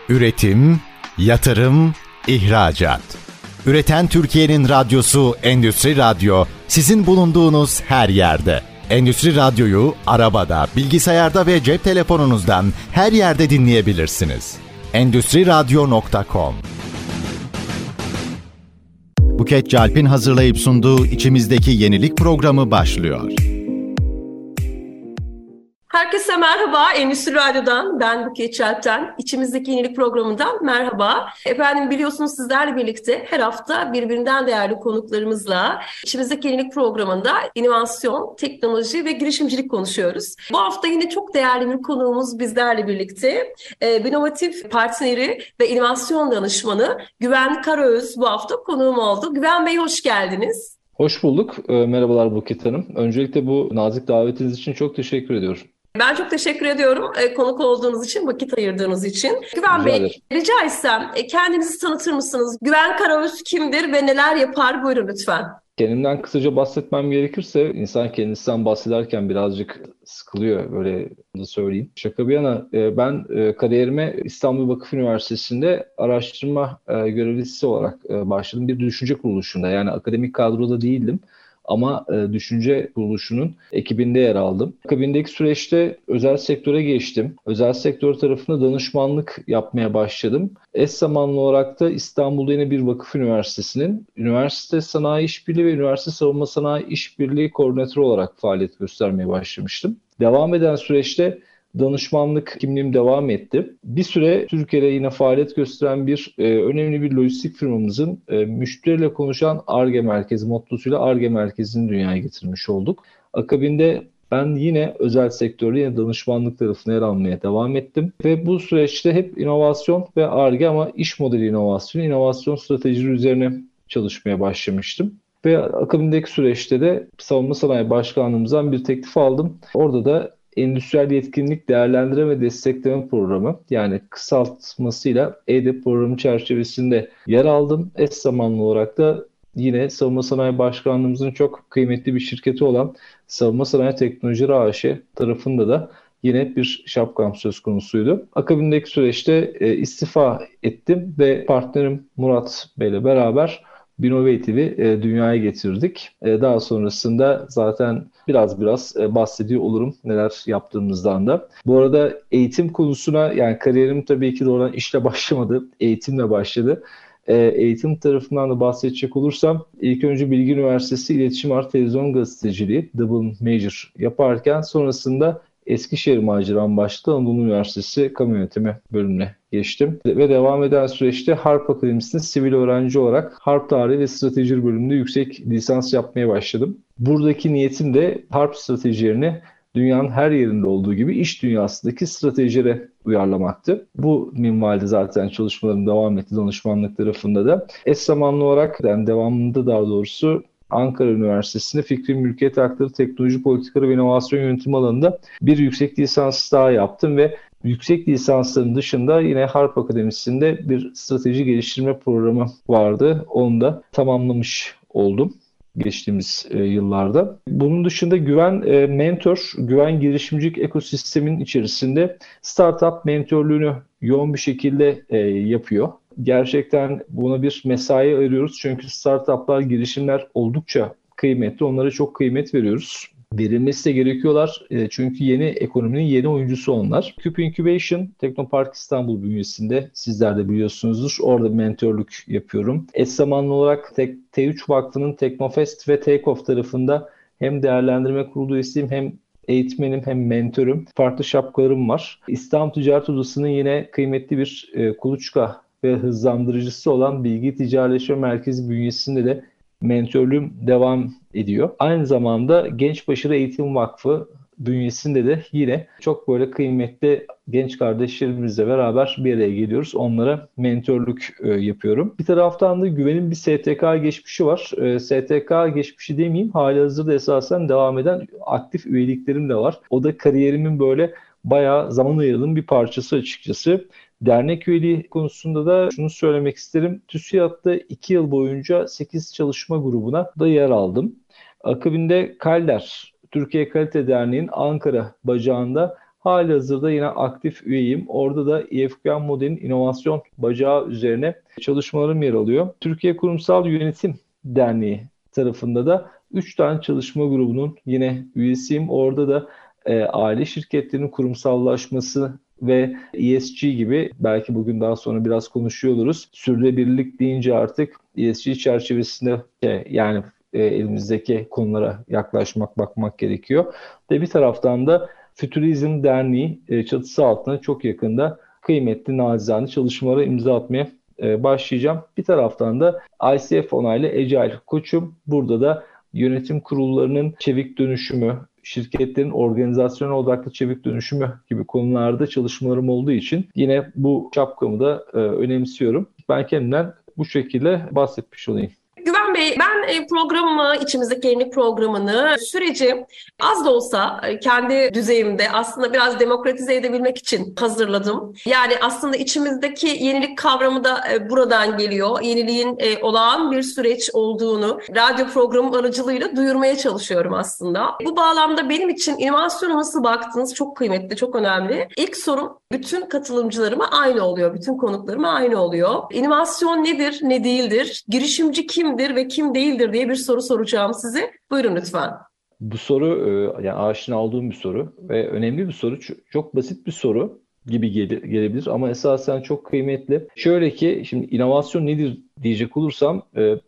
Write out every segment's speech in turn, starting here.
Üretim, yatırım, ihracat. Üreten Türkiye'nin radyosu Endüstri Radyo, sizin bulunduğunuz her yerde. Endüstri Radyo'yu arabada, bilgisayarda ve cep telefonunuzdan her yerde dinleyebilirsiniz. Endüstriradyo.com. Buket Calp'in hazırlayıp sunduğu İçimizdeki Yenilik programı başlıyor. Herkese merhaba. Endüstri Radyo'dan ben Buket Çelp'ten İçimizdeki Yenilik programından merhaba. Efendim biliyorsunuz sizlerle birlikte her hafta birbirinden değerli konuklarımızla İçimizdeki Yenilik programında inovasyon, teknoloji ve girişimcilik konuşuyoruz. Bu hafta yine çok değerli bir konuğumuz bizlerle birlikte. Binovatif partneri ve inovasyon danışmanı Güven Karaöz bu hafta konuğum oldu. Güven Bey hoş geldiniz. Hoş bulduk. Merhabalar Buket Hanım. Öncelikle bu nazik davetiniz için çok teşekkür ediyorum. Ben çok teşekkür ediyorum konuk olduğunuz için, vakit ayırdığınız için. Güven Bey, rica etsem kendinizi tanıtır mısınız? Güven Karaöz kimdir ve neler yapar? Buyurun lütfen. Kendimden kısaca bahsetmem gerekirse, insan kendisinden bahsederken birazcık sıkılıyor, böyle da söyleyeyim. Şaka bir yana, ben kariyerime İstanbul Vakıf Üniversitesi'nde araştırma görevlisi olarak başladım. Bir düşünce kuruluşunda, yani akademik kadroda değildim. Ama düşünce kuruluşunun ekibinde yer aldım. Akabindeki süreçte özel sektöre geçtim. Özel sektör tarafında danışmanlık yapmaya başladım. Eş zamanlı olarak da İstanbul'da yine bir vakıf üniversitesinin üniversite sanayi işbirliği ve üniversite savunma sanayi işbirliği koordinatörü olarak faaliyet göstermeye başlamıştım. Devam eden süreçte danışmanlık kimliğim devam etti. Bir süre Türkiye'de yine faaliyet gösteren bir önemli bir lojistik firmamızın müşteriyle konuşan Ar-Ge merkezi mottosuyla Ar-Ge merkezini dünyaya getirmiş olduk. Akabinde ben yine özel sektörde yine danışmanlık tarafına yer almaya devam ettim. Ve bu süreçte hep inovasyon ve Ar-Ge ama iş modeli inovasyonu, inovasyon stratejileri üzerine çalışmaya başlamıştım. Ve akabindeki süreçte de Savunma Sanayi Başkanlığımızdan bir teklif aldım. Orada da Endüstriyel Yetkinlik Değerlendirme ve Destekleme Programı, yani kısaltmasıyla EDEP programı çerçevesinde yer aldım. Eş zamanlı olarak da yine Savunma Sanayi Başkanlığımızın çok kıymetli bir şirketi olan Savunma Sanayi Teknolojileri AŞ tarafında da yine bir şapkam söz konusuydu. Akabindeki süreçte istifa ettim ve partnerim Murat Bey'le beraber Binovative'i dünyaya getirdik. Daha sonrasında zaten biraz bahsediyor olurum neler yaptığımızdan da. Bu arada eğitim konusuna, yani kariyerim tabii ki doğrudan işle başlamadı, eğitimle başladı. Eğitim tarafından da bahsedecek olursam, ilk önce Bilgi Üniversitesi İletişim Art Televizyon Gazeteciliği Double Major yaparken sonrasında Eskişehir maceram başladı. Anadolu Üniversitesi Kamu Yönetimi bölümüne geçtim. Ve devam eden süreçte Harp Akademisi'nde sivil öğrenci olarak Harp Tarihi ve Strateji bölümünde yüksek lisans yapmaya başladım. Buradaki niyetim de harp stratejilerini dünyanın her yerinde olduğu gibi iş dünyasındaki stratejilere uyarlamaktı. Bu minvalde zaten çalışmalarım devam etti danışmanlık tarafında da. Eş zamanlı olarak, yani devamında daha doğrusu, Ankara Üniversitesi'nde Fikri Mülkiyet Hakları, Teknoloji Politikaları ve İnovasyon Yönetimi alanında bir yüksek lisans daha yaptım ve yüksek lisansların dışında yine Harp Akademisi'nde bir strateji geliştirme programı vardı. Onu da tamamlamış oldum geçtiğimiz yıllarda. Bunun dışında Güven mentor, Güven girişimcilik ekosistemin içerisinde startup mentörlüğünü yoğun bir şekilde yapıyor. Gerçekten buna bir mesai ayırıyoruz çünkü startuplar, girişimler oldukça kıymetli. Onlara çok kıymet veriyoruz. Verilmesi de gerekiyorlar çünkü yeni ekonominin yeni oyuncusu onlar. Cube Incubation, Teknopark İstanbul bünyesinde, sizler de biliyorsunuzdur. Orada mentörlük yapıyorum. Eş zamanlı olarak T3 Vakfı'nın Teknofest ve Takeoff tarafında hem değerlendirme kurulu üyesiyim, hem eğitmenim, hem mentörüm. Farklı şapkalarım var. İstanbul Ticaret Odası'nın yine kıymetli bir kuluçka ve hızlandırıcısı olan Bilgi Ticaretleşme Merkezi bünyesinde de mentörlüğüm devam ediyor. Aynı zamanda Genç Başarı Eğitim Vakfı bünyesinde de yine çok böyle kıymetli genç kardeşlerimizle beraber bir araya geliyoruz. Onlara mentörlük yapıyorum. Bir taraftan da Güven'in bir STK geçmişi var. STK geçmişi demeyeyim, halihazırda esasen devam eden aktif üyeliklerim de var. O da kariyerimin böyle bayağı zaman ayırdığım bir parçası açıkçası. Dernek üyeliği konusunda da şunu söylemek isterim. TÜSİAD'da 2 yıl boyunca 8 çalışma grubuna da yer aldım. Akabinde Kalder, Türkiye Kalite Derneği'nin Ankara bacağında Halihazırda yine aktif üyeyim. Orada da EFQM modelin inovasyon bacağı üzerine çalışmalarım yer alıyor. Türkiye Kurumsal Yönetim Derneği tarafında da 3 tane çalışma grubunun yine üyesiyim. Orada da aile şirketlerinin kurumsallaşması ve ESG gibi, belki bugün daha sonra biraz konuşuyor oluruz. Sürdürülebilirlik deyince artık ESG çerçevesinde yani elimizdeki konulara yaklaşmak, bakmak gerekiyor. Ve bir taraftan da Futurizm Derneği çatısı altında çok yakında kıymetli, nacizane çalışmalara imza atmaya başlayacağım. Bir taraftan da ICF onaylı Agile koçum. Burada da yönetim kurullarının çevik dönüşümü, şirketlerin organizasyona odaklı çevik dönüşümü gibi konularda çalışmalarım olduğu için yine bu şapkamı da önemsiyorum. Ben kendimden bu şekilde bahsetmiş olayım. Güven Bey, ben programımı, içimizdeki yenilik programını, süreci az da olsa kendi düzeyimde aslında biraz demokratize edebilmek için hazırladım. Yani aslında içimizdeki yenilik kavramı da buradan geliyor. Yeniliğin olağan bir süreç olduğunu radyo programı aracılığıyla duyurmaya çalışıyorum aslında. Bu bağlamda benim için inovasyona nasıl baktınız çok kıymetli, çok önemli. İlk sorum bütün katılımcılarıma aynı oluyor, bütün konuklarıma aynı oluyor. İnovasyon nedir, ne değildir? Girişimci kimdir ve kim değildir diye bir soru soracağım size. Buyurun lütfen. Bu soru yani aşina olduğum bir soru ve önemli bir soru. Çok basit bir soru gibi gelebilir ama esasen çok kıymetli. Şöyle ki, şimdi inovasyon nedir diyecek olursam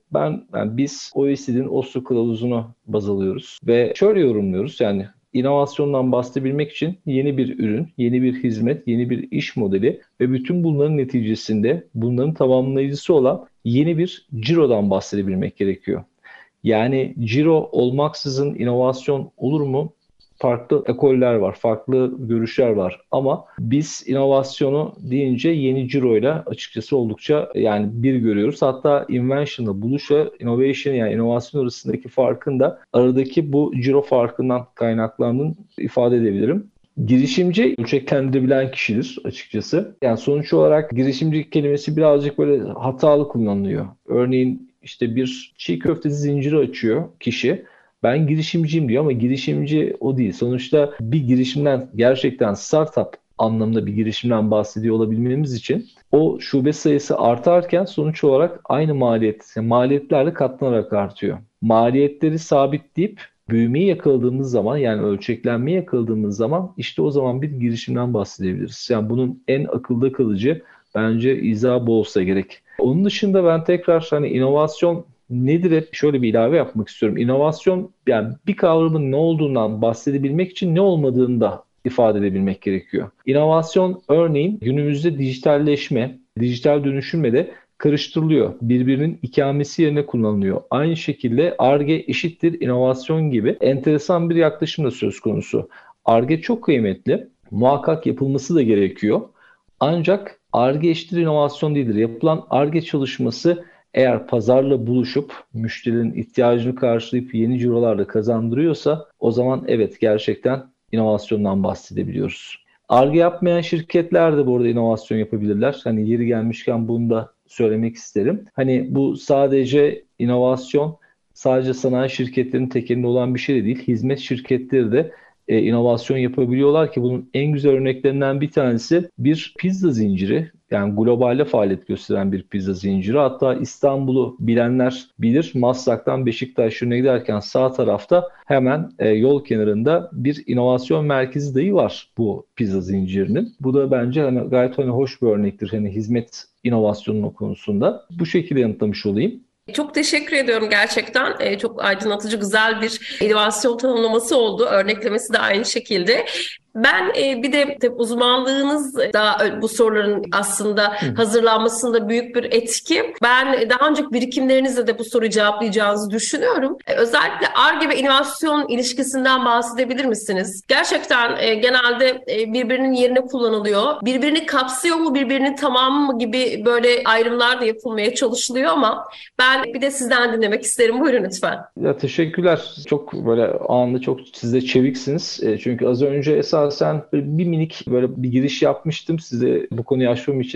biz OECD'nin Oslo Kılavuzu'nu baz alıyoruz ve şöyle yorumluyoruz. Yani inovasyondan bahsedebilmek için yeni bir ürün, yeni bir hizmet, yeni bir iş modeli ve bütün bunların neticesinde bunların tamamlayıcısı olan yeni bir cirodan bahsedebilmek gerekiyor. Yani ciro olmaksızın inovasyon olur mu? Farklı ekoller var, farklı görüşler var ama biz inovasyonu deyince yeni ciroyla açıkçası oldukça yani bir görüyoruz. Hatta invention'la buluşla innovation, yani inovasyon arasındaki farkın da aradaki bu ciro farkından kaynaklandığını ifade edebilirim. Girişimci ölçeklendirebilen kişidir açıkçası. Yani sonuç olarak girişimci kelimesi birazcık böyle hatalı kullanılıyor. Örneğin işte bir çiğ köfteci zinciri açıyor kişi. Ben girişimciyim diyor ama girişimci o değil. Sonuçta bir girişimden, gerçekten startup anlamında bir girişimden bahsediyor olabilmemiz için o şube sayısı artarken sonuç olarak aynı maliyetlerle katlanarak artıyor. Maliyetleri sabitleyip büyümeyi yakaladığımız zaman, yani ölçeklenmeyi yakaladığımız zaman işte o zaman bir girişimden bahsedebiliriz. Yani bunun en akılda kalıcı bence izahı bu olsa gerek. Onun dışında ben tekrar inovasyon nedir hep şöyle bir ilave yapmak istiyorum. İnovasyon, yani bir kavramın ne olduğundan bahsedebilmek için ne olmadığını da ifade edebilmek gerekiyor. İnovasyon örneğin günümüzde dijitalleşme, dijital dönüşümle de karıştırılıyor. Birbirinin ikamesi yerine kullanılıyor. Aynı şekilde Ar-Ge eşittir inovasyon gibi enteresan bir yaklaşım da söz konusu. Ar-Ge çok kıymetli. Muhakkak yapılması da gerekiyor. Ancak Ar-Ge eşittir inovasyon değildir. Yapılan Ar-Ge çalışması eğer pazarla buluşup müşterinin ihtiyacını karşılayıp yeni cirolarla kazandırıyorsa o zaman evet, gerçekten inovasyondan bahsedebiliyoruz. Ar-Ge yapmayan şirketler de bu arada inovasyon yapabilirler. Yeri gelmişken bunu da söylemek isterim. Bu sadece inovasyon, sadece sanayi şirketlerinin tekelinde olan bir şey de değil. Hizmet şirketleri de inovasyon yapabiliyorlar ki bunun en güzel örneklerinden bir tanesi bir pizza zinciri. Yani globalde faaliyet gösteren bir pizza zinciri. Hatta İstanbul'u bilenler bilir. Maslak'tan Beşiktaş yönüne giderken sağ tarafta hemen yol kenarında bir inovasyon merkezi dahi var bu pizza zincirinin. Bu da bence gayet hoş bir örnektir hizmet inovasyonunun konusunda. Bu şekilde yanıtlamış olayım. Çok teşekkür ediyorum gerçekten. Çok aydınlatıcı, güzel bir inovasyon tanımlaması oldu. Örneklemesi de aynı şekilde. Ben bir de uzmanlığınız da bu soruların aslında hazırlanmasında büyük bir etki. Ben daha önceki birikimlerinizle de bu soruyu cevaplayacağınızı düşünüyorum. Özellikle Ar-Ge ve inovasyon ilişkisinden bahsedebilir misiniz? Gerçekten genelde birbirinin yerine kullanılıyor. Birbirini kapsıyor mu, birbirinin tamamı mı gibi böyle ayrımlar da yapılmaya çalışılıyor ama ben bir de sizden dinlemek isterim. Buyurun lütfen. Ya, teşekkürler. Çok böyle anında çok siz de çeviksiniz. Çünkü az önce esasen bir minik böyle bir giriş yapmıştım size bu konuyu açmam için.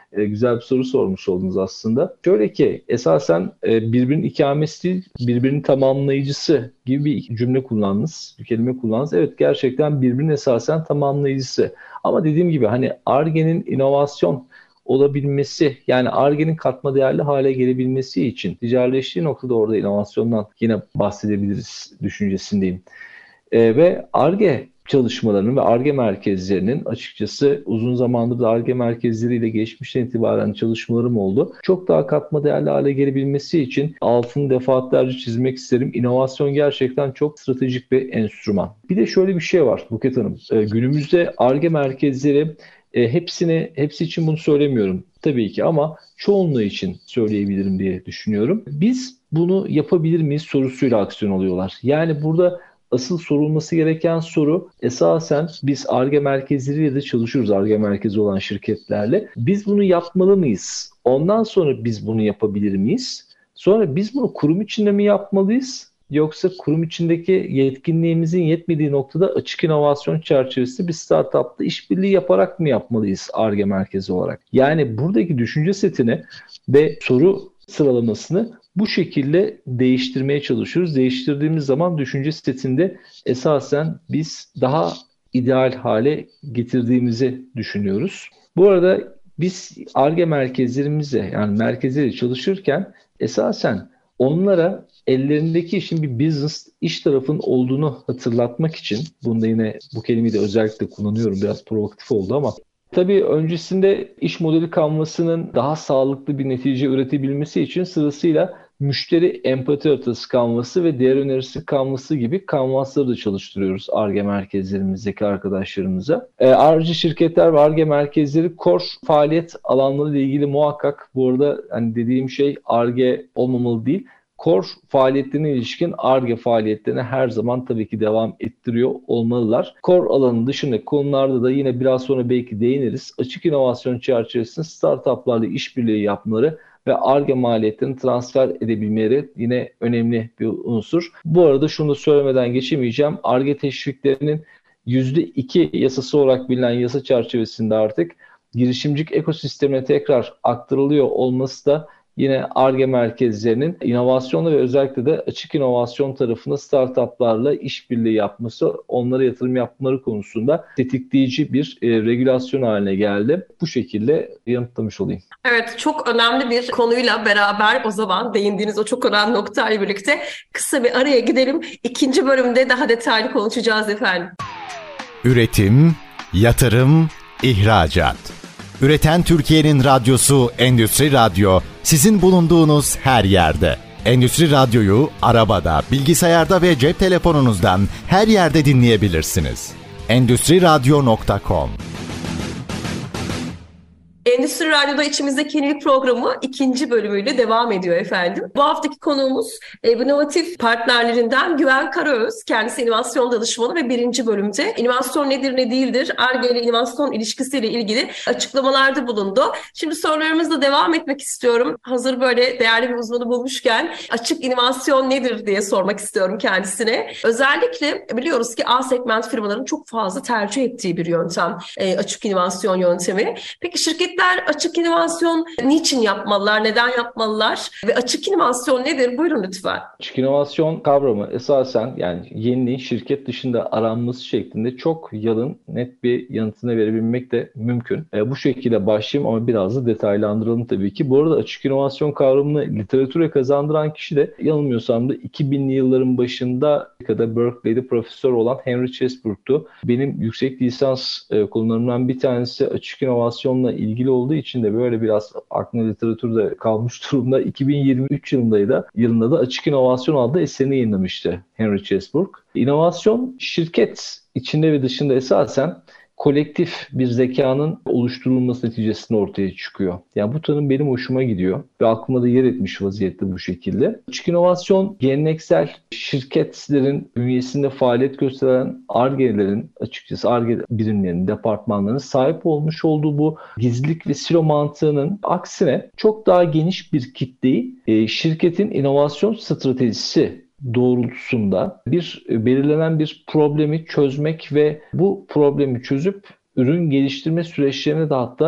Güzel bir soru sormuş oldunuz aslında. Şöyle ki esasen birbirinin ikamesi değil, birbirinin tamamlayıcısı gibi bir cümle kullandınız, bir kelime kullandınız. Evet, gerçekten birbirinin esasen tamamlayıcısı. Ama dediğim gibi hani Ar-Ge'nin inovasyon olabilmesi, yani Ar-Ge'nin katma değerli hale gelebilmesi için ticaretleştiği noktada orada inovasyondan yine bahsedebiliriz düşüncesindeyim. Ve Ar-Ge çalışmalarının ve Ar-Ge merkezlerinin açıkçası uzun zamandır da Ar-Ge merkezleriyle geçmişten itibaren çalışmalarım oldu. Çok daha katma değerli hale gelebilmesi için altını defaatlerce çizmek isterim. İnovasyon gerçekten çok stratejik bir enstrüman. Bir de şöyle bir şey var Buket Hanım. Günümüzde Ar-Ge merkezleri hepsi için bunu söylemiyorum tabii ki ama çoğunluğu için söyleyebilirim diye düşünüyorum. Biz bunu yapabilir miyiz sorusuyla aksiyon alıyorlar. Yani burada asıl sorulması gereken soru esasen biz Ar-Ge merkezleriyle de çalışıyoruz, Ar-Ge merkezi olan şirketlerle. Biz bunu yapmalı mıyız? Ondan sonra biz bunu yapabilir miyiz? Sonra biz bunu kurum içinde mi yapmalıyız? Yoksa kurum içindeki yetkinliğimizin yetmediği noktada açık inovasyon çerçevesinde bir startupla işbirliği yaparak mı yapmalıyız Ar-Ge merkezi olarak? Yani buradaki düşünce setini ve soru sıralamasını bu şekilde değiştirmeye çalışıyoruz. Değiştirdiğimiz zaman düşünce setinde esasen biz daha ideal hale getirdiğimizi düşünüyoruz. Bu arada biz Ar-Ge merkezlerimize, yani merkezleriyle çalışırken esasen onlara ellerindeki işin bir business, iş tarafının olduğunu hatırlatmak için, bunda yine bu kelimeyi de özellikle kullanıyorum, biraz provokatif oldu ama tabii öncesinde iş modeli kanvasının daha sağlıklı bir netice üretebilmesi için sırasıyla müşteri empati haritası kanvası ve değer önerisi kanvası gibi kanvasları da çalıştırıyoruz Ar-Ge merkezlerimizdeki arkadaşlarımıza. Ar-Ge şirketler ve Ar-Ge merkezleri core faaliyet alanları ile ilgili muhakkak, bu arada hani dediğim şey Ar-Ge olmamalı değil. Core faaliyetlerine ilişkin Ar-Ge faaliyetlerine her zaman tabii ki devam ettiriyor olmalılar. Core alanının dışındaki konularda da yine biraz sonra belki değiniriz. Açık inovasyon çerçevesinde startuplarla işbirliği yapmaları ve Ar-Ge maliyetlerini transfer edebilmeleri yine önemli bir unsur. Bu arada şunu da söylemeden geçemeyeceğim. Ar-Ge teşviklerinin %2 yasası olarak bilinen yasa çerçevesinde artık girişimcilik ekosistemine tekrar aktarılıyor olması da yine Ar-Ge merkezlerinin inovasyonla ve özellikle de açık inovasyon tarafında startuplarla işbirliği yapması, onlara yatırım yapmaları konusunda tetikleyici bir regülasyon haline geldi. Bu şekilde yanıtlamış olayım. Evet, çok önemli bir konuyla beraber o zaman değindiğiniz o çok önemli noktayla birlikte kısa bir araya gidelim. İkinci bölümde daha detaylı konuşacağız efendim. Üretim, yatırım, ihracat. Üreten Türkiye'nin radyosu Endüstri Radyo, sizin bulunduğunuz her yerde. Endüstri Radyo'yu arabada, bilgisayarda ve cep telefonunuzdan her yerde dinleyebilirsiniz. Endüstriradyo.com. Endüstri Radyo'da içimizdeki yenilik programı ikinci bölümüyle devam ediyor efendim. Bu haftaki konuğumuz inovatif partnerlerinden Güven Karaöz. Kendisi inovasyon danışmanı ve birinci bölümde inovasyon nedir ne değildir, Ar-Ge ile inovasyon ilişkisiyle ilgili açıklamalarda bulundu. Şimdi sorularımızla devam etmek istiyorum. Hazır böyle değerli bir uzmanı bulmuşken açık inovasyon nedir diye sormak istiyorum kendisine. Özellikle biliyoruz ki A segment firmaların çok fazla tercih ettiği bir yöntem açık inovasyon yöntemi. Peki şirketler açık inovasyon niçin yapmalılar, neden yapmalılar ve açık inovasyon nedir? Buyurun lütfen. Açık inovasyon kavramı esasen yani yeniliğin şirket dışında aranması şeklinde çok yalın, net bir yanıtını verebilmek de mümkün. Bu şekilde başlayayım ama biraz da detaylandıralım tabii ki. Bu arada açık inovasyon kavramını literatüre kazandıran kişi de yanılmıyorsam da 2000'li yılların başında Amerika'da Berkeley'de profesör olan Henry Chesbrook'tu. Benim yüksek lisans konularımdan bir tanesi açık inovasyonla ilgili olduğu için de böyle biraz aklına literatürde kalmış durumda. 2023 yılında da Açık İnovasyon adlı eserini yayınlamıştı Henry Chesbrook. İnovasyon şirket içinde ve dışında esasen kolektif bir zekanın oluşturulması neticesinde ortaya çıkıyor. Yani bu tanım benim hoşuma gidiyor ve aklıma da yer etmiş vaziyette bu şekilde. Açık inovasyon geleneksel şirketlerin bünyesinde faaliyet gösteren Ar-Ge'lerin, açıkçası Ar-Ge birimlerinin, departmanlarının sahip olmuş olduğu bu gizlilik ve silo mantığının aksine çok daha geniş bir kitleyi şirketin inovasyon stratejisi doğrultusunda belirlenen bir problemi çözmek ve bu problemi çözüp ürün geliştirme süreçlerine de hatta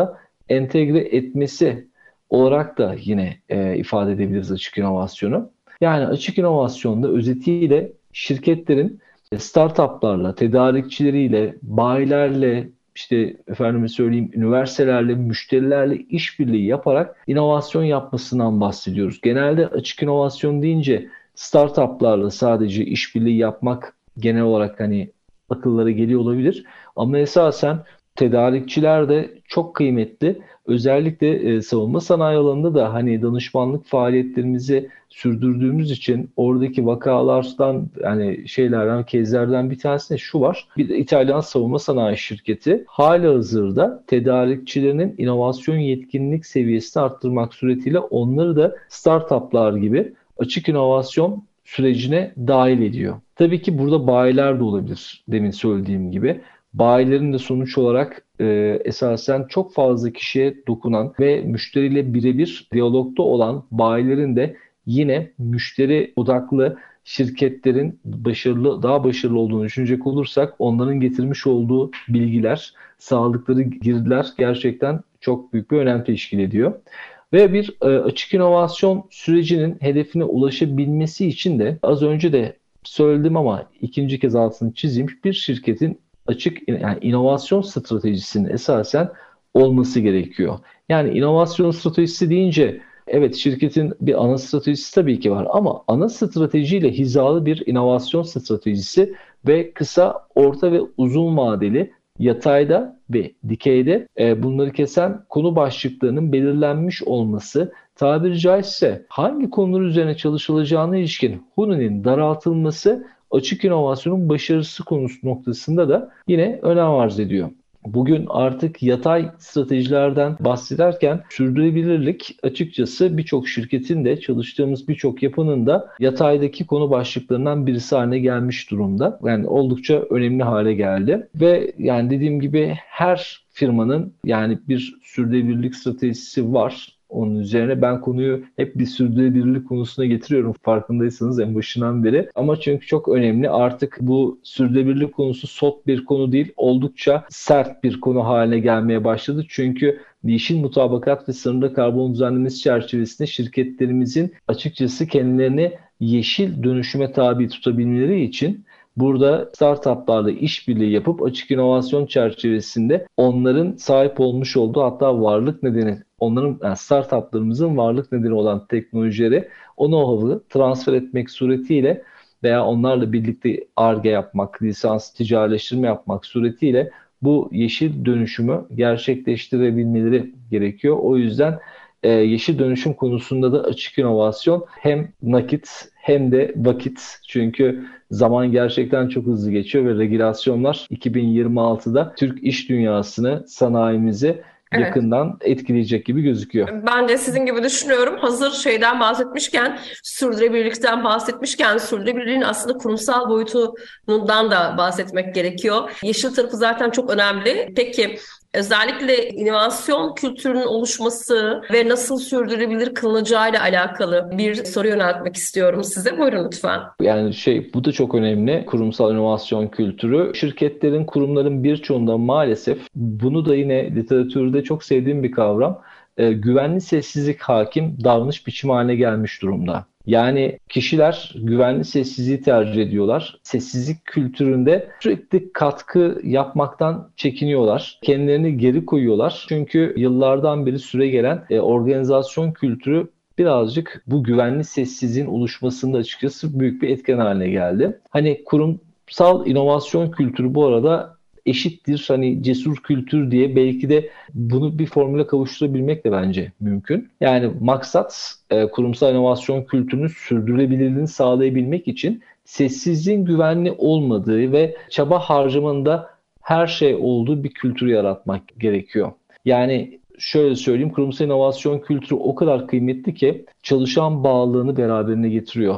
entegre etmesi olarak da yine ifade edebiliriz açık inovasyonu. Yani açık inovasyonda özetiyle şirketlerin startuplarla, tedarikçileriyle, bayilerle, işte efendime söyleyeyim üniversitelerle, müşterilerle işbirliği yaparak inovasyon yapmasından bahsediyoruz. Genelde açık inovasyon deyince startuplarla sadece işbirliği yapmak genel olarak hani akıllara geliyor olabilir. Ama esasen tedarikçiler de çok kıymetli. Özellikle savunma sanayi alanında da hani danışmanlık faaliyetlerimizi sürdürdüğümüz için oradaki vakalardan yani kezlerden bir tanesi de şu var. Bir de İtalyan savunma sanayi şirketi halihazırda tedarikçilerinin inovasyon yetkinlik seviyesini arttırmak suretiyle onları da startuplar gibi açık inovasyon sürecine dahil ediyor. Tabii ki burada bayiler de olabilir demin söylediğim gibi. Bayilerin de sonuç olarak esasen çok fazla kişiye dokunan ve müşteriyle birebir diyalogda olan bayilerin de yine müşteri odaklı şirketlerin daha başarılı olduğunu düşünecek olursak onların getirmiş olduğu bilgiler, sağladıkları girdiler gerçekten çok büyük bir önem teşkil ediyor. Ve bir açık inovasyon sürecinin hedefine ulaşabilmesi için de az önce de söyledim ama ikinci kez altını çizeyim. Bir şirketin açık yani inovasyon stratejisinin esasen olması gerekiyor. Yani inovasyon stratejisi deyince evet şirketin bir ana stratejisi tabii ki var ama ana stratejiyle hizalı bir inovasyon stratejisi ve kısa, orta ve uzun vadeli yatayda ve dikeyde bunları kesen konu başlıklarının belirlenmiş olması, tabiri caizse hangi konular üzerine çalışılacağına ilişkin HUNI'nin daraltılması açık inovasyonun başarısı konusu noktasında da yine önem arz ediyor. Bugün artık yatay stratejilerden bahsederken sürdürülebilirlik açıkçası birçok şirketin de çalıştığımız birçok yapının da yataydaki konu başlıklarından birisi haline gelmiş durumda. Yani oldukça önemli hale geldi ve yani dediğim gibi her firmanın yani bir sürdürülebilirlik stratejisi var. Onun üzerine ben konuyu hep bir sürdürülebilirlik konusuna getiriyorum farkındaysanız en başından beri. Ama çünkü çok önemli artık bu sürdürülebilirlik konusu soft bir konu değil oldukça sert bir konu haline gelmeye başladı. Çünkü yeşil mutabakat ve sınırlı karbon düzenlemesi çerçevesinde şirketlerimizin açıkçası kendilerini yeşil dönüşüme tabi tutabilmeleri için burada startuplarla işbirliği yapıp açık inovasyon çerçevesinde onların sahip olmuş olduğu hatta varlık nedeni, onların yani startuplarımızın varlık nedeni olan teknolojileri, o know-how'ı transfer etmek suretiyle veya onlarla birlikte Ar-Ge yapmak, lisans, ticarileştirme yapmak suretiyle bu yeşil dönüşümü gerçekleştirebilmeleri gerekiyor. O yüzden yeşil dönüşüm konusunda da açık inovasyon hem nakit hem de vakit. Çünkü zaman gerçekten çok hızlı geçiyor ve regülasyonlar 2026'da Türk iş dünyasını, sanayimizi yakından etkileyecek gibi gözüküyor. Ben de sizin gibi düşünüyorum. Hazır şeyden bahsetmişken, sürdürülebilirlikten bahsetmişken sürdürülebilirliğin aslında kurumsal boyutundan da bahsetmek gerekiyor. Yeşil tarafı zaten çok önemli. Peki özellikle inovasyon kültürünün oluşması ve nasıl sürdürülebilir kılınacağıyla alakalı bir soru yöneltmek istiyorum size. Buyurun lütfen. Yani bu da çok önemli. Kurumsal inovasyon kültürü. Şirketlerin, kurumların birçoğunda maalesef bunu da yine literatürde çok sevdiğim bir kavram. Güvenli sessizlik hakim davranış biçimi haline gelmiş durumda. Yani kişiler güvenli sessizliği tercih ediyorlar. Sessizlik kültüründe sürekli katkı yapmaktan çekiniyorlar. Kendilerini geri koyuyorlar. Çünkü yıllardan beri süregelen organizasyon kültürü birazcık bu güvenli sessizliğin oluşmasında açıkçası büyük bir etken haline geldi. Hani kurumsal inovasyon kültürü bu arada eşittir hani cesur kültür diye belki de bunu bir formüle kavuşturabilmek de bence mümkün. Yani maksat kurumsal inovasyon kültürünün sürdürülebilirliğini sağlayabilmek için sessizliğin güvenli olmadığı ve çaba harcamanında her şey olduğu bir kültür yaratmak gerekiyor. Yani şöyle söyleyeyim, kurumsal inovasyon kültürü o kadar kıymetli ki çalışan bağlılığını beraberine getiriyor.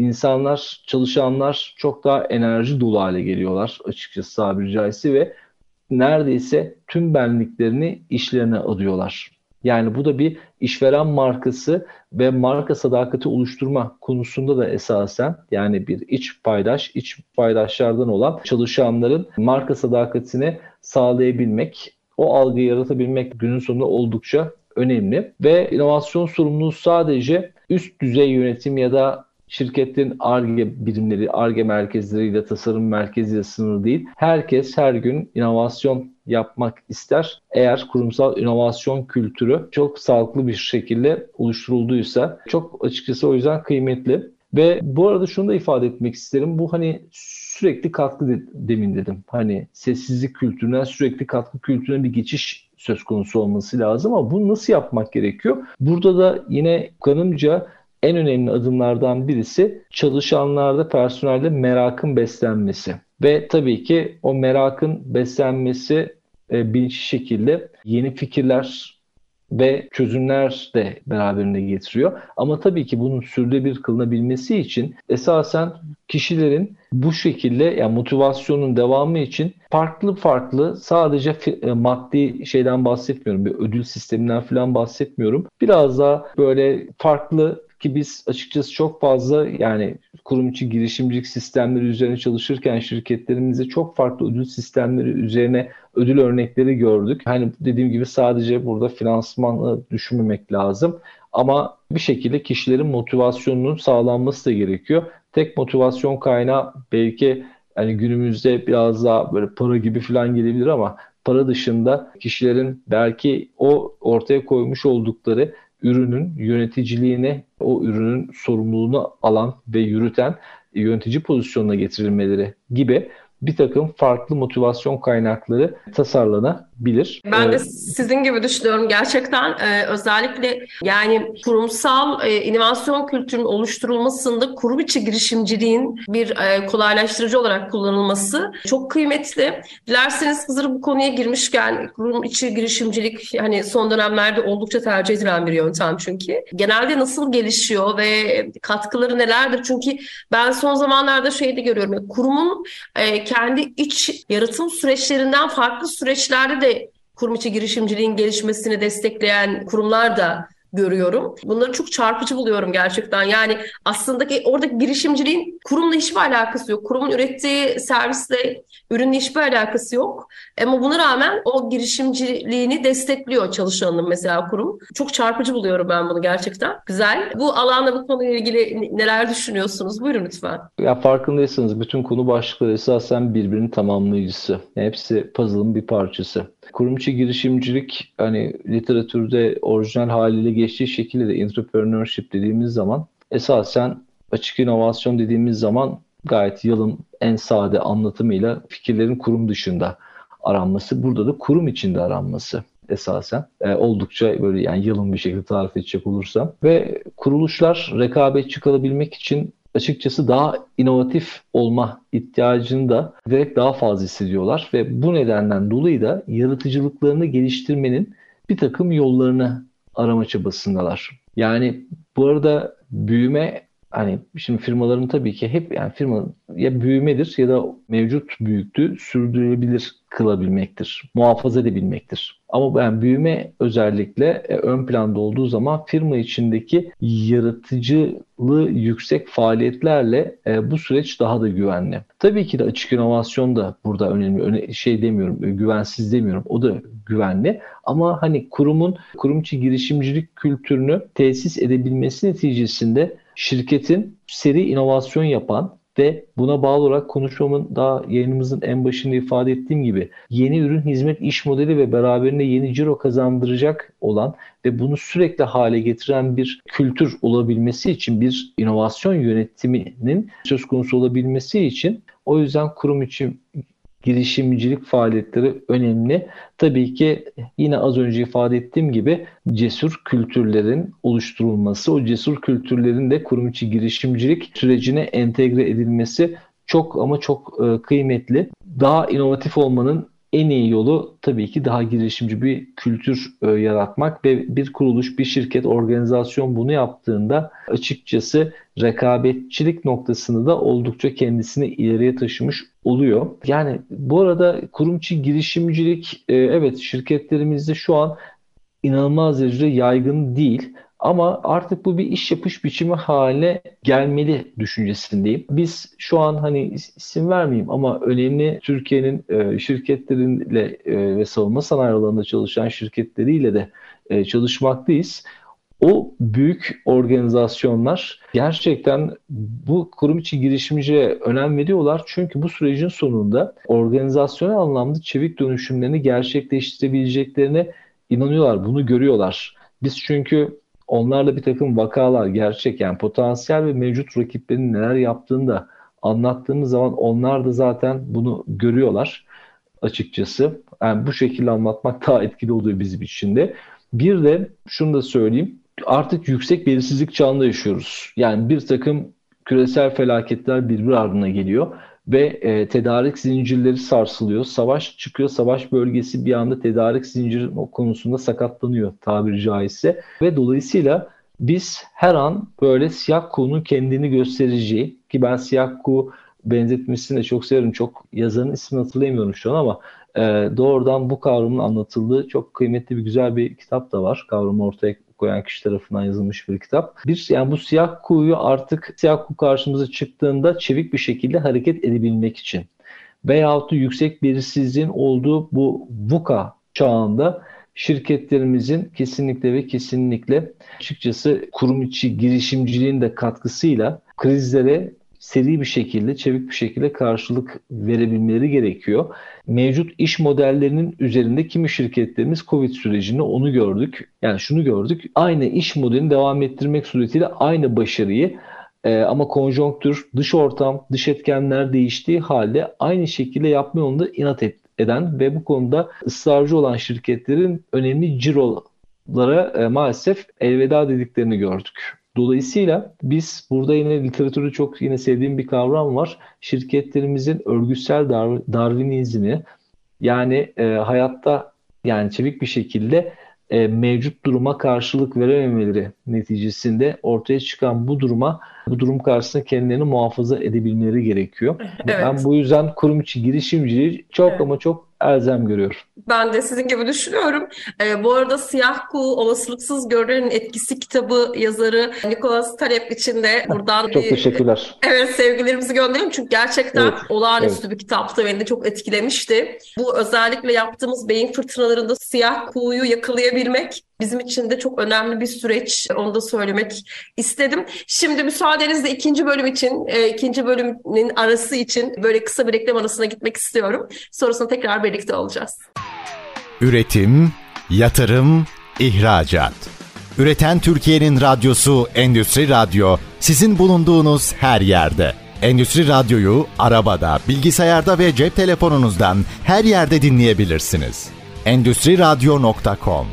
Çalışanlar çok daha enerji dolu hale geliyorlar açıkçası tabiri caizse ve neredeyse tüm benliklerini işlerine adıyorlar. Yani bu da bir işveren markası ve marka sadakati oluşturma konusunda da esasen yani bir iç paydaşlardan olan çalışanların marka sadakatini sağlayabilmek, o algıyı yaratabilmek günün sonunda oldukça önemli. Ve inovasyon sorumluluğu sadece üst düzey yönetim ya da şirketlerin Ar-Ge birimleri, Ar-Ge merkezleriyle, tasarım merkeziyle sınırlı değil. Herkes her gün inovasyon yapmak ister. Eğer kurumsal inovasyon kültürü çok sağlıklı bir şekilde oluşturulduysa çok açıkçası o yüzden kıymetli. Ve bu arada şunu da ifade etmek isterim. Bu hani sürekli katkı demin dedim. Hani sessizlik kültüründen sürekli katkı kültürüne bir geçiş söz konusu olması lazım ama bunu nasıl yapmak gerekiyor? Burada da yine kanımca en önemli adımlardan birisi çalışanlarda, personelde merakın beslenmesi. Ve tabii ki o merakın beslenmesi bilinçli şekilde yeni fikirler ve çözümler de beraberinde getiriyor. Ama tabii ki bunun sürdürülebilir kılınabilmesi için esasen kişilerin bu şekilde yani motivasyonun devamı için farklı sadece maddi şeyden bahsetmiyorum. Bir ödül sisteminden falan bahsetmiyorum. Biraz daha böyle farklı ki biz açıkçası çok fazla yani kurum içi girişimcilik sistemleri üzerine çalışırken şirketlerimizde çok farklı ödül sistemleri üzerine ödül örnekleri gördük. Hani dediğim gibi sadece burada finansmanı düşünmemek lazım. Ama bir şekilde kişilerin motivasyonunun sağlanması da gerekiyor. Tek motivasyon kaynağı belki hani günümüzde biraz daha böyle para gibi falan gelebilir ama para dışında kişilerin belki o ortaya koymuş oldukları ürünün yöneticiliğine, o ürünün sorumluluğunu alan ve yürüten yönetici pozisyonuna getirilmeleri gibi bir takım farklı motivasyon kaynakları tasarlanabilir. Ben de sizin gibi düşünüyorum gerçekten. Özellikle yani kurumsal inovasyon kültürünün oluşturulmasında kurum içi girişimciliğin bir kolaylaştırıcı olarak kullanılması çok kıymetli. Dilerseniz hazır bu konuya girmişken kurum içi girişimcilik hani son dönemlerde oldukça tercih edilen bir yöntem çünkü. Genelde nasıl gelişiyor ve katkıları nelerdir? Çünkü ben son zamanlarda şeyi de görüyorum. Kurumun kendi iç yaratım süreçlerinden farklı süreçlerde de kurum içi girişimciliğin gelişmesini destekleyen kurumlar da görüyorum. Bunları çok çarpıcı buluyorum gerçekten. Yani aslında oradaki girişimciliğin kurumla hiçbir alakası yok. Kurumun ürettiği servisle, ürünle hiçbir alakası yok. Ama buna rağmen o girişimciliğini destekliyor çalışanın mesela kurum. Çok çarpıcı buluyorum ben bunu gerçekten. Güzel. Bu alanda bu konuyla ilgili neler düşünüyorsunuz? Buyurun lütfen. Ya farkındaysanız bütün konu başlıkları esasen birbirinin tamamlayıcısı. Hepsi puzzle'ın bir parçası. Kurum içi girişimcilik hani literatürde orijinal haliyle geçtiği şekilde de entrepreneurship dediğimiz zaman esasen açık inovasyon dediğimiz zaman gayet yalın en sade anlatımıyla fikirlerin kurum dışında aranması. Burada da kurum içinde aranması esasen oldukça böyle yani yalın bir şekilde tarif edecek olursam. Ve kuruluşlar rekabetçi kalabilmek için açıkçası daha inovatif olma ihtiyacını da direkt daha fazla hissediyorlar ve bu nedenden dolayı da yaratıcılıklarını geliştirmenin bir takım yollarını arama çabasındalar. Yani bu arada büyüme hani şimdi firmaların tabii ki hep yani firmanın ya büyümedir ya da mevcut büyüklüğü sürdürülebilir kılabilmektir, muhafaza edebilmektir. Ama ben büyüme özellikle ön planda olduğu zaman firma içindeki yaratıcılığı yüksek faaliyetlerle bu süreç daha da güvenli. Tabii ki de açık inovasyon da burada önemli. Şey demiyorum, güvensiz demiyorum. O da güvenli. Ama hani kurum içi girişimcilik kültürünü tesis edebilmesi neticesinde şirketin seri inovasyon yapan ve buna bağlı olarak konuşmamın daha yayınımızın en başında ifade ettiğim gibi yeni ürün, hizmet, iş modeli ve beraberinde yeni ciro kazandıracak olan ve bunu sürekli hale getiren bir kültür olabilmesi için bir inovasyon yönetiminin söz konusu olabilmesi için o yüzden kurum içi girişimcilik faaliyetleri önemli. Tabii ki yine az önce ifade ettiğim gibi cesur kültürlerin oluşturulması, o cesur kültürlerin de kurum içi girişimcilik sürecine entegre edilmesi çok ama çok kıymetli. Daha inovatif olmanın en iyi yolu tabii ki daha girişimci bir kültür yaratmak ve bir kuruluş, bir şirket, organizasyon bunu yaptığında açıkçası rekabetçilik noktasını da oldukça kendisini ileriye taşımış oluyor. Yani bu arada kurum içi girişimcilik evet şirketlerimizde şu an inanılmaz derecede yaygın değil Ama artık bu bir iş yapış biçimi haline gelmeli düşüncesindeyim. Biz şu an hani isim vermeyeyim ama önemli Türkiye'nin şirketleriyle ve savunma sanayi alanında çalışan şirketleriyle de çalışmaktayız. O büyük organizasyonlar gerçekten bu kurum içi girişimciye önem veriyorlar. Çünkü bu sürecin sonunda organizasyonel anlamda çevik dönüşümlerini gerçekleştirebileceklerine inanıyorlar. Bunu görüyorlar. Biz çünkü onlarla bir takım vakalar, gerçek yani potansiyel ve mevcut rakiplerin neler yaptığını da anlattığımız zaman onlar da zaten bunu görüyorlar açıkçası. Yani bu şekilde anlatmak daha etkili oluyor bizim için de. Bir de şunu da söyleyeyim. Artık yüksek belirsizlik çağında yaşıyoruz. Yani bir takım küresel felaketler birbiri ardına geliyor ve tedarik zincirleri sarsılıyor. Savaş çıkıyor, savaş bölgesi bir anda tedarik zinciri konusunda sakatlanıyor tabiri caizse. Ve dolayısıyla biz her an böyle siyah kuğunun kendini göstereceği, ki ben siyah kuğu benzetmesini de çok severim. Çok yazarın ismini hatırlayamıyorum şu an ama doğrudan bu kavramın anlatıldığı çok kıymetli bir güzel bir kitap da var. Kavramı ortaya koyan kişi tarafından yazılmış bir kitap. Yani bu siyah kuğuyu artık siyah kuğu karşımıza çıktığında çevik bir şekilde hareket edebilmek için veyahut da yüksek belirsizliğin olduğu bu VUCA çağında şirketlerimizin kesinlikle ve kesinlikle açıkçası kurum içi girişimciliğin de katkısıyla krizlere seri bir şekilde, çevik bir şekilde karşılık verebilmeleri gerekiyor. Mevcut iş modellerinin üzerinde kimi şirketlerimiz Covid sürecinde onu gördük. Yani şunu gördük. Aynı iş modelini devam ettirmek suretiyle aynı başarıyı ama konjonktür, dış ortam, dış etkenler değiştiği halde aynı şekilde yapma yolunda inat eden ve bu konuda ısrarcı olan şirketlerin önemli cirolara maalesef elveda dediklerini gördük. Dolayısıyla biz burada yine literatürde çok yine sevdiğim bir kavram var. Şirketlerimizin örgütsel Darwinizmi yani hayatta yani çevik bir şekilde mevcut duruma karşılık verememeleri neticesinde ortaya çıkan bu durum karşısında kendilerini muhafaza edebilmeleri gerekiyor. Evet. Ben bu yüzden kurum içi girişimciliği çok Evet. ama çok elzem görüyorum. Ben de sizin gibi düşünüyorum. Bu arada Siyah Kuğu Olasılıksız Görünenin Etkisi kitabı yazarı Nicholas Taleb için de buradan Çok teşekkürler. Evet, sevgilerimizi gönderelim çünkü gerçekten Evet, olağanüstü bir kitaptı. Beni de çok etkilemişti. Bu özellikle yaptığımız beyin fırtınalarında Siyah Kuğu'yu yakalayabilmek bizim için de çok önemli bir süreç. Onu da söylemek istedim. Şimdi müsaadenizle ikinci bölümün arası için böyle kısa bir reklam arasına gitmek istiyorum. Sonrasında tekrar birlikte olacağız. Üretim, yatırım, ihracat. Üreten Türkiye'nin radyosu Endüstri Radyo, sizin bulunduğunuz her yerde. Endüstri Radyo'yu arabada, bilgisayarda ve cep telefonunuzdan her yerde dinleyebilirsiniz. Endüstriradyo.com.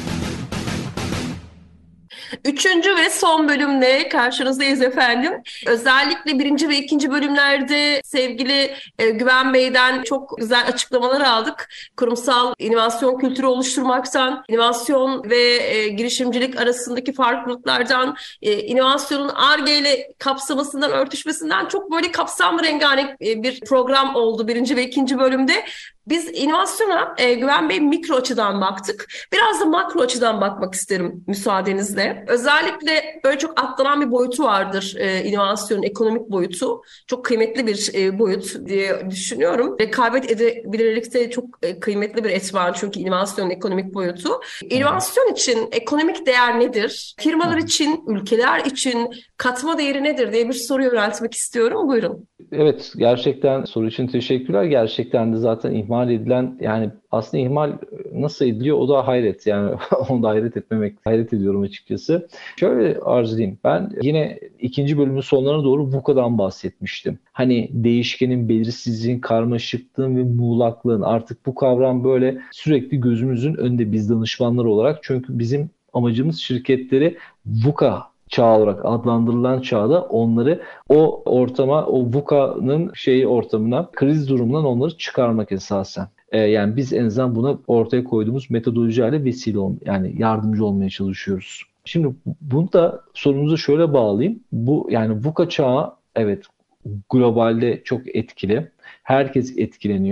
Üçüncü ve son bölümle karşınızdayız efendim. Özellikle birinci ve ikinci bölümlerde sevgili Güven Bey'den çok güzel açıklamalar aldık. Kurumsal inovasyon kültürü oluşturmaktan, inovasyon ve girişimcilik arasındaki farklılıklardan, inovasyonun Ar-Ge ile kapsamasından, örtüşmesinden çok böyle kapsamlı rengarenk bir program oldu birinci ve ikinci bölümde. Biz inovasyona Güven Bey mikro açıdan baktık. Biraz da makro açıdan bakmak isterim müsaadenizle. Özellikle böyle çok atlanan bir boyutu vardır inovasyonun, ekonomik boyutu. Çok kıymetli bir boyut diye düşünüyorum. Rekabet edebilirlikte çok kıymetli bir etmen çünkü inovasyonun ekonomik boyutu. İnovasyon için ekonomik değer nedir? Firmalar için, ülkeler için katma değeri nedir diye bir soru yöneltmek istiyorum. Buyurun. Evet, gerçekten soru için teşekkürler. Gerçekten de zaten ihmal edilen, yani aslında ihmal nasıl ediliyor o da hayret. Yani onu da hayret ediyorum açıkçası. Şöyle arz edeyim. Ben yine ikinci bölümün sonlarına doğru VUCA'dan bahsetmiştim. Hani değişkenin, belirsizliğin, karmaşıklığın ve muğlaklığın, artık bu kavram böyle sürekli gözümüzün önünde biz danışmanlar olarak. Çünkü bizim amacımız şirketleri VUCA çağ olarak adlandırılan çağda onları o ortama, o VUCA'nın ortamına, kriz durumundan onları çıkarmak esasen. Yani biz en azından buna ortaya koyduğumuz metodolojiyle yani yardımcı olmaya çalışıyoruz. Şimdi bunu da sorunuza şöyle bağlayayım. Bu yani VUCA çağı evet globalde çok etkili. Herkes etkileniyor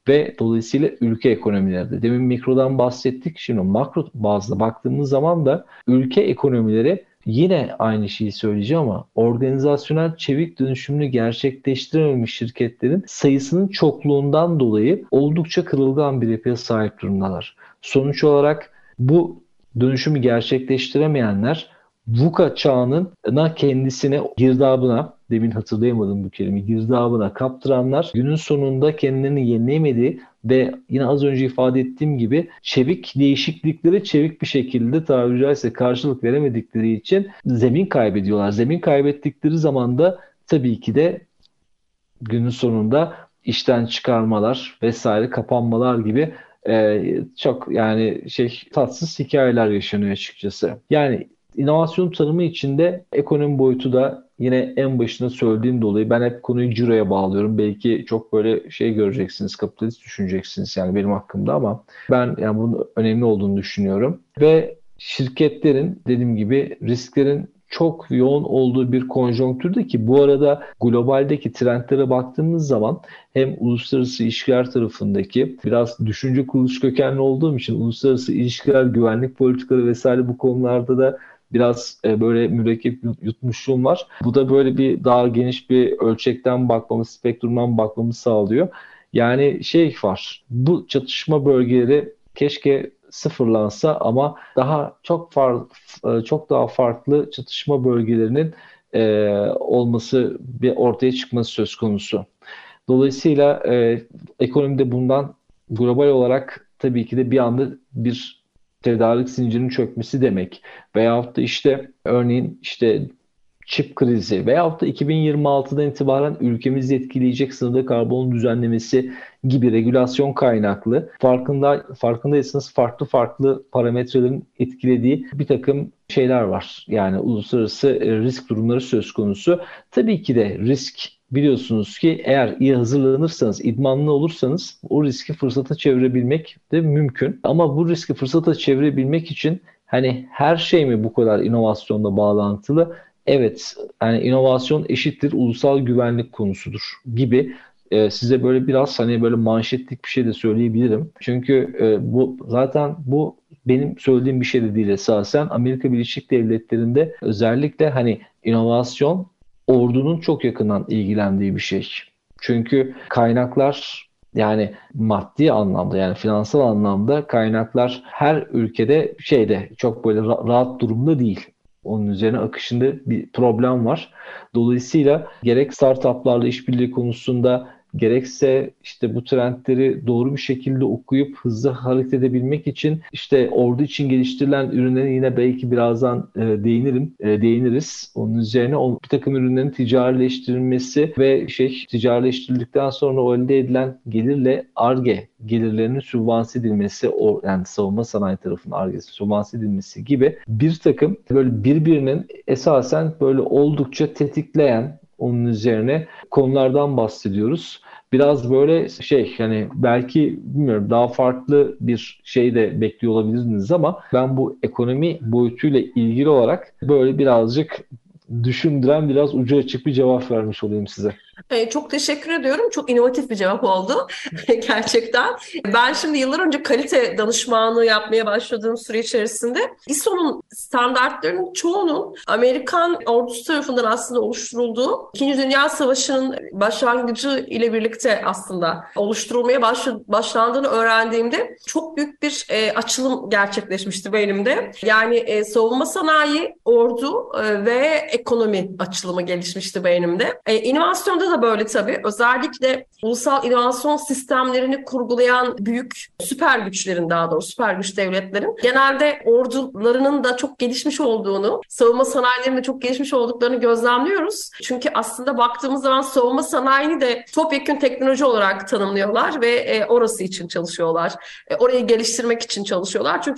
ve dolayısıyla ülke ekonomileri de. Demin mikrodan bahsettik. Şimdi makro bazda baktığımız zaman da ülke ekonomileri yine aynı şeyi söyleyeceğim ama organizasyonel çevik dönüşümünü gerçekleştirememiş şirketlerin sayısının çokluğundan dolayı oldukça kırılgan bir yapıya sahip durumdalar. Sonuç olarak bu dönüşümü gerçekleştiremeyenler VUCA çağının kendisine girdabına, demin hatırlayamadım bu kelimeyi, girdabına kaptıranlar günün sonunda kendilerini yenileyemediği ve yine az önce ifade ettiğim gibi çevik değişiklikleri çevik bir şekilde tabiri caizse karşılık veremedikleri için zemin kaybediyorlar. Zemin kaybettikleri zaman da tabii ki de günün sonunda işten çıkarmalar vesaire, kapanmalar gibi çok tatsız hikayeler yaşanıyor açıkçası. Yani inovasyon tanımı içinde ekonomi boyutu da yine en başında söylediğim dolayı ben hep konuyu ciroya bağlıyorum. Belki çok böyle göreceksiniz, kapitalist düşüneceksiniz yani benim hakkımda ama ben yani bunun önemli olduğunu düşünüyorum. Ve şirketlerin dediğim gibi risklerin çok yoğun olduğu bir konjonktürde ki bu arada globaldeki trendlere baktığımız zaman hem uluslararası ilişkiler tarafındaki biraz düşünce kuruluş kökenli olduğum için uluslararası ilişkiler, güvenlik politikaları vesaire bu konularda da biraz böyle mürekkep yutmuşluğum var. Bu da böyle bir daha geniş bir ölçekten bakmamız, spektrumdan bakmamız sağlıyor. Yani var, bu çatışma bölgeleri keşke sıfırlansa ama daha çok daha farklı çatışma bölgelerinin olması ve ortaya çıkması söz konusu. Dolayısıyla ekonomide bundan global olarak tabii ki de bir anda bir tedarik zincirinin çökmesi demek. Veyahut da örneğin çip krizi veyahut da 2026'dan itibaren ülkemizi etkileyecek sınırda karbon düzenlemesi gibi regülasyon kaynaklı farkındaysanız farklı parametrelerin etkilediği bir takım şeyler var. Yani uluslararası risk durumları söz konusu. Tabii ki de risk biliyorsunuz ki eğer iyi hazırlanırsanız, idmanlı olursanız o riski fırsata çevirebilmek de mümkün. Ama bu riski fırsata çevirebilmek için her şey mi bu kadar inovasyonla bağlantılı? Evet, yani inovasyon eşittir ulusal güvenlik konusudur gibi size böyle biraz böyle manşetlik bir şey de söyleyebilirim. Çünkü bu benim söylediğim bir şey de değil esasen. Amerika Birleşik Devletleri'nde özellikle inovasyon ordunun çok yakından ilgilendiği bir şey. Çünkü kaynaklar yani maddi anlamda yani finansal anlamda kaynaklar her ülkede çok böyle rahat durumda değil. Onun üzerine akışında bir problem var. Dolayısıyla gerek startuplarla işbirliği konusunda gerekse bu trendleri doğru bir şekilde okuyup hızlı hareket edebilmek için ordu için geliştirilen ürünleri yine belki birazdan değiniriz. Onun üzerine bir takım ürünlerin ticarileştirilmesi ve ticarileştirildikten sonra o elde edilen gelirle Ar-Ge gelirlerinin sübvanse edilmesi, yani savunma sanayi tarafının Ar-Ge'si sübvanse edilmesi gibi bir takım böyle birbirinin esasen böyle oldukça tetikleyen onun üzerine konulardan bahsediyoruz. Biraz böyle belki bilmiyorum daha farklı bir şey de bekliyor olabilirsiniz ama ben bu ekonomi boyutuyla ilgili olarak böyle birazcık düşündüren biraz ucu açık bir cevap vermiş olayım size. Çok teşekkür ediyorum. Çok inovatif bir cevap oldu gerçekten. Ben şimdi yıllar önce kalite danışmanlığı yapmaya başladığım süre içerisinde ISO'nun standartlarının çoğunun Amerikan ordusu tarafından aslında oluşturulduğu, İkinci Dünya Savaşı'nın başlangıcı ile birlikte aslında oluşturulmaya başlandığını öğrendiğimde çok büyük bir açılım gerçekleşmişti benimde. Yani savunma sanayi, ordu ve ekonomi açılımı gelişmişti beynimde. İnovasyonda da böyle tabii. Özellikle ulusal inovasyon sistemlerini kurgulayan büyük süper güçlerin, daha doğrusu süper güç devletlerin genelde ordularının da çok gelişmiş olduğunu, savunma sanayilerinin de çok gelişmiş olduklarını gözlemliyoruz. Çünkü aslında baktığımız zaman savunma sanayini de topyekün teknoloji olarak tanımlıyorlar ve orası için çalışıyorlar. Orayı geliştirmek için çalışıyorlar. Çünkü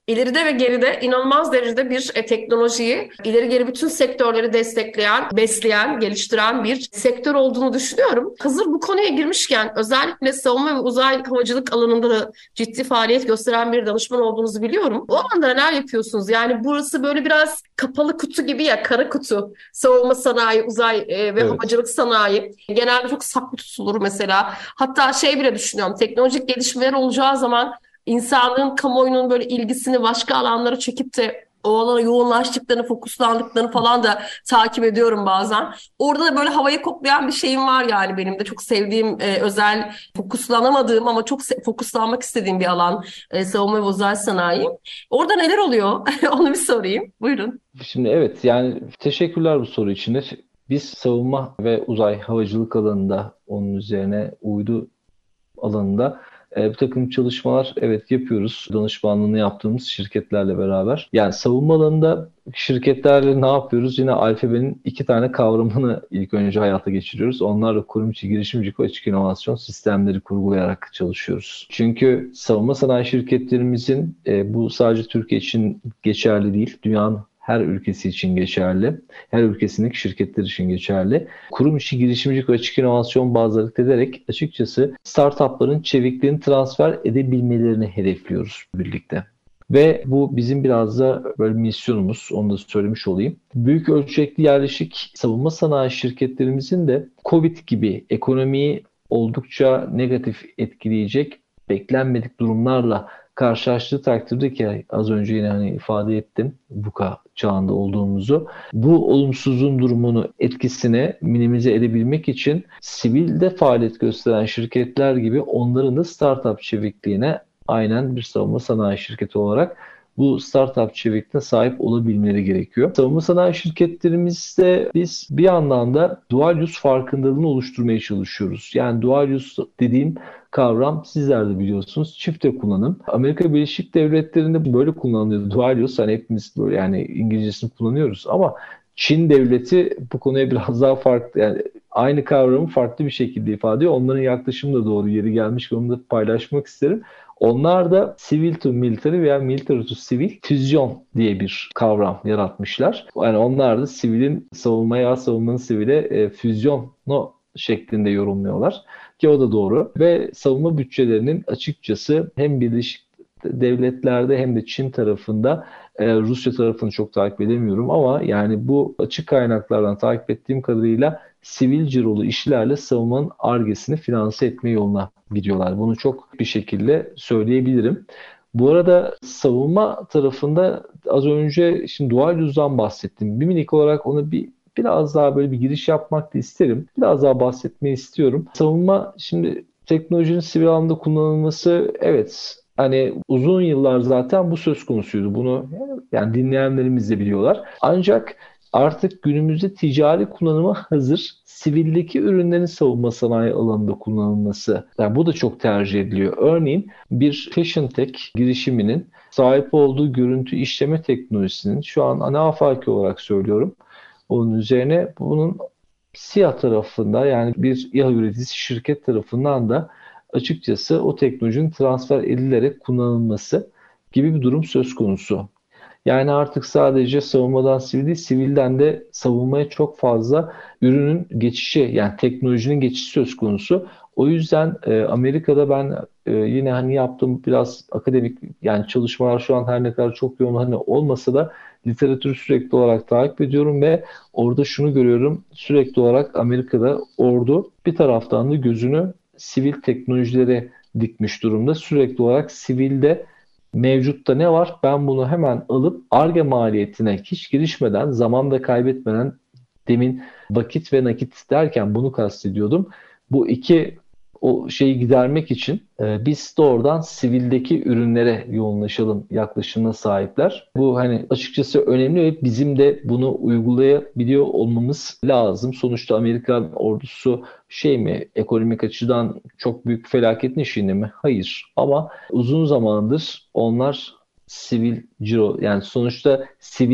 ileride ve geride inanılmaz derecede bir teknolojiyi, ileri geri bütün sektörleri destekleyen, besleyen, geliştiren bir sektör olduğunu düşünüyorum. Hazır bu konuya girmişken özellikle savunma ve uzay havacılık alanında da ciddi faaliyet gösteren bir danışman olduğunuzu biliyorum. O alanda neler yapıyorsunuz? Yani burası böyle biraz kapalı kutu gibi ya, kara kutu. Savunma sanayi, uzay ve Evet. havacılık sanayi. Genelde çok saklı tutulur mesela. Hatta şey bile düşünüyorum, teknolojik gelişmeler olacağı zaman insanlığın, kamuoyunun böyle ilgisini başka alanlara çekip de o alana yoğunlaştıklarını, fokuslandıklarını falan da takip ediyorum bazen. Orada da böyle havayı koklayan bir şeyim var yani benim de çok sevdiğim, özel fokuslanamadığım ama çok fokuslanmak istediğim bir alan savunma ve uzay sanayi. Orada neler oluyor? Onu bir sorayım. Buyurun. Şimdi evet, yani teşekkürler bu soru için de. Biz savunma ve uzay havacılık alanında, onun üzerine uydu alanında bir takım çalışmalar evet yapıyoruz. Danışmanlığını yaptığımız şirketlerle beraber. Yani savunma alanında şirketlerle ne yapıyoruz? Yine alfabenin 2 tane kavramını ilk önce hayata geçiriyoruz. Onlarla kurum içi girişimcilik ve açık inovasyon sistemleri kurgulayarak çalışıyoruz. Çünkü savunma sanayi şirketlerimizin bu sadece Türkiye için geçerli değil, dünyanın her ülkesi için geçerli. Her ülkesindeki şirketler için geçerli. Kurum içi girişimcilik ve açık inovasyon bazlı hareket ederek açıkçası startupların çevikliğini transfer edebilmelerini hedefliyoruz birlikte. Ve bu bizim biraz da böyle misyonumuz, onu da söylemiş olayım. Büyük ölçekli yerleşik savunma sanayi şirketlerimizin de Covid gibi ekonomiyi oldukça negatif etkileyecek beklenmedik durumlarla karşılaştığı takdirde, ki az önce yine hani ifade ettim VUCA çağında olduğumuzu, bu olumsuzluğun durumunu, etkisini minimize edebilmek için sivilde faaliyet gösteren şirketler gibi onların da startup çevikliğine aynen bir savunma sanayi şirketi olarak bu startup çevikliğine sahip olabilmeleri gerekiyor. Savunma sanayi şirketlerimizde biz bir yandan da dual use farkındalığını oluşturmaya çalışıyoruz. Yani dual use dediğim kavram, sizler de biliyorsunuz, çifte kullanım. Amerika Birleşik Devletleri'nde böyle kullanılıyor. Dual use, hani hepimiz böyle yani İngilizcesini kullanıyoruz ama Çin devleti bu konuya biraz daha farklı, yani aynı kavramı farklı bir şekilde ifade ediyor. Onların yaklaşımı da doğru, yeri gelmiş, onu da paylaşmak isterim. Onlar da civil to military veya military to civil füzyon diye bir kavram yaratmışlar. Yani onlar da sivilin savunmaya, savunmanın sivile füzyonu şeklinde yorumluyorlar. Ki o da doğru. Ve savunma bütçelerinin açıkçası hem Birleşik Devletler'de hem de Çin tarafında, Rusya tarafını çok takip edemiyorum ama yani bu açık kaynaklardan takip ettiğim kadarıyla sivil cirolu işlerle savunmanın Ar-Ge'sini finanse etme yoluna gidiyorlar. Bunu çok bir şekilde söyleyebilirim. Bu arada savunma tarafında az önce şimdi dual use'dan bahsettim. Bir minik olarak onu biraz daha böyle bir giriş yapmak da isterim. Biraz daha bahsetmeyi istiyorum. Savunma, şimdi teknolojinin sivil alanda kullanılması, evet, hani uzun yıllar zaten bu söz konusuydu. Bunu yani dinleyenlerimiz de biliyorlar. Ancak artık günümüzde ticari kullanıma hazır sivildeki ürünlerin savunma sanayi alanında kullanılması, yani bu da çok tercih ediliyor. Örneğin bir Fashion Tech girişiminin sahip olduğu görüntü işleme teknolojisinin, şu an ana afaki olarak söylüyorum, onun üzerine bunun siyah tarafında, yani bir İHA üreticisi şirket tarafından da açıkçası o teknolojinin transfer edilerek kullanılması gibi bir durum söz konusu. Yani artık sadece savunmadan sivil değil, sivilden de savunmaya çok fazla ürünün geçişi, yani teknolojinin geçişi söz konusu. O yüzden Amerika'da ben yine hani yaptığım biraz akademik yani çalışmalar şu an her ne kadar çok yoğun hani olmasa da literatürü sürekli olarak takip ediyorum ve orada şunu görüyorum: sürekli olarak Amerika'da ordu bir taraftan da gözünü sivil teknolojilere dikmiş durumda. Sürekli olarak sivilde mevcutta ne var? Ben bunu hemen alıp Ar-Ge maliyetine hiç girişmeden, zaman da kaybetmeden, demin vakit ve nakit derken bunu kastediyordum. Bu iki o şeyi gidermek için biz doğrudan sivildeki ürünlere yoğunlaşalım yaklaşımına sahipler. Bu hani açıkçası önemli ve bizim de bunu uygulayabiliyor olmamız lazım. Sonuçta Amerikan ordusu şey mi, ekonomik açıdan çok büyük felaketin eşiğinde mi? Hayır. Ama uzun zamandır onlar sivil ciro, yani sonuçta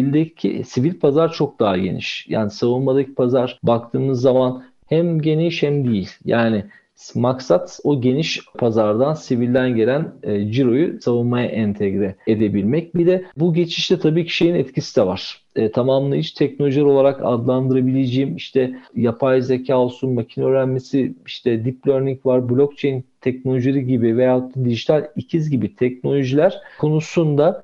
sivil pazar çok daha geniş. Yani savunmadaki pazar baktığımız zaman hem geniş hem değil. Yani Maksat o geniş pazardan, sivilden gelen ciroyu savunmaya entegre edebilmek. Bir de bu geçişte tabii ki şeyin etkisi de var. Tamamlayıcı teknolojiler olarak adlandırabileceğim işte yapay zeka olsun, makine öğrenmesi, işte deep learning var, blockchain teknolojileri gibi veyahut da dijital ikiz gibi teknolojiler konusunda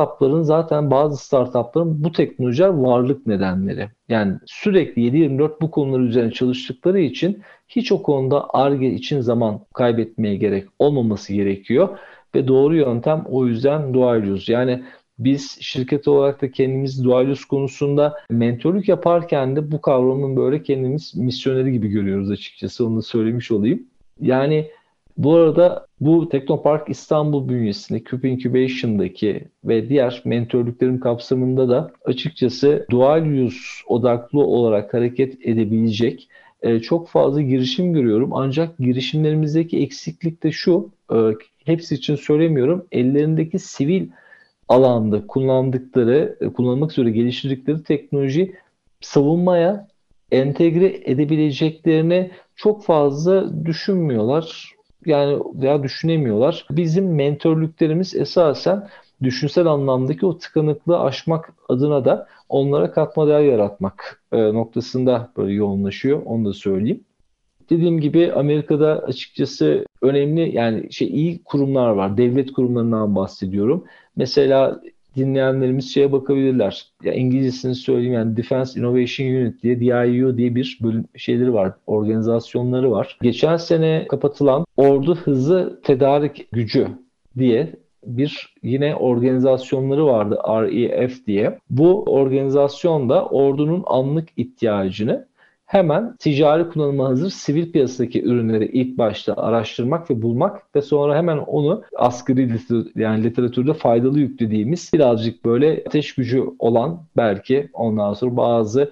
bazı startupların bu teknolojiler varlık nedenleri. Yani sürekli 7/24 bu konular üzerine çalıştıkları için hiç o konuda Ar-Ge için zaman kaybetmeye gerek olmaması gerekiyor ve doğru yöntem o yüzden dual use. Yani biz şirket olarak da kendimiz dual use konusunda mentörlük yaparken de bu kavramın böyle kendimiz misyoneri gibi görüyoruz açıkçası. Onu da söylemiş olayım. Yani bu arada bu Teknopark İstanbul bünyesinde Cube Incubation'daki ve diğer mentörlüklerim kapsamında da açıkçası dual use odaklı olarak hareket edebilecek çok fazla girişim görüyorum. Ancak girişimlerimizdeki eksiklik de şu, hepsi için söylemiyorum, ellerindeki sivil alanda kullanmak üzere geliştirdikleri teknoloji savunmaya entegre edebileceklerini çok fazla düşünmüyorlar. Yani veya düşünemiyorlar. Bizim mentörlüklerimiz esasen düşünsel anlamdaki o tıkanıklığı aşmak adına da onlara katma değer yaratmak noktasında böyle yoğunlaşıyor. Onu da söyleyeyim. Dediğim gibi Amerika'da açıkçası önemli yani iyi kurumlar var. Devlet kurumlarından bahsediyorum. Mesela dinleyenlerimiz şeye bakabilirler. Ya İngilizcesini söyleyeyim yani Defense Innovation Unit diye DIU diye bir bölüm şeyleri var. Organizasyonları var. Geçen sene kapatılan Ordu Hızlı Tedarik Gücü diye bir yine organizasyonları vardı, REF diye. Bu organizasyon da ordunun anlık ihtiyacını hemen ticari kullanıma hazır sivil piyasadaki ürünleri ilk başta araştırmak ve bulmak ve sonra hemen onu asgari literatürde faydalı yük dediğimiz birazcık böyle ateş gücü olan belki ondan sonra bazı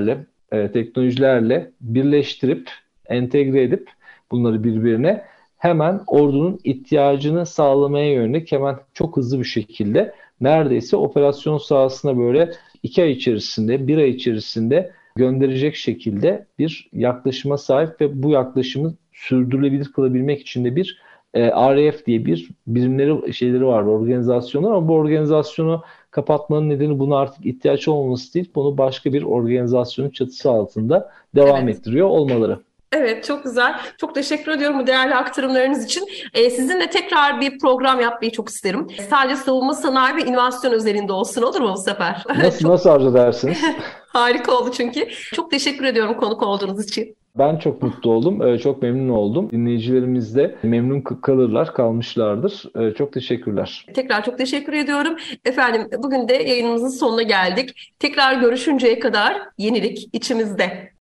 teknolojilerle birleştirip entegre edip bunları birbirine hemen ordunun ihtiyacını sağlamaya yönelik hemen çok hızlı bir şekilde neredeyse operasyon sahasına böyle 2 ay içerisinde, 1 ay içerisinde gönderecek şekilde bir yaklaşıma sahip ve bu yaklaşımı sürdürülebilir kılabilmek için de bir RF diye bir şeyleri var, organizasyonlar ama bu organizasyonu kapatmanın nedeni buna artık ihtiyaç olmaması değil, bunu başka bir organizasyonun çatısı altında devam ettiriyor olmaları. Evet, çok güzel. Çok teşekkür ediyorum bu değerli aktarımlarınız için. Sizinle tekrar bir program yapmayı çok isterim. Sadece savunma sanayi ve inovasyon özelinde olsun, olur mu bu sefer? Nasıl arzu edersiniz? Harika oldu çünkü. Çok teşekkür ediyorum konuk olduğunuz için. Ben çok mutlu oldum. Çok memnun oldum. Dinleyicilerimiz de memnun kalmışlardır. Çok teşekkürler. Tekrar çok teşekkür ediyorum. Efendim bugün de yayınımızın sonuna geldik. Tekrar görüşünceye kadar yenilik içimizde.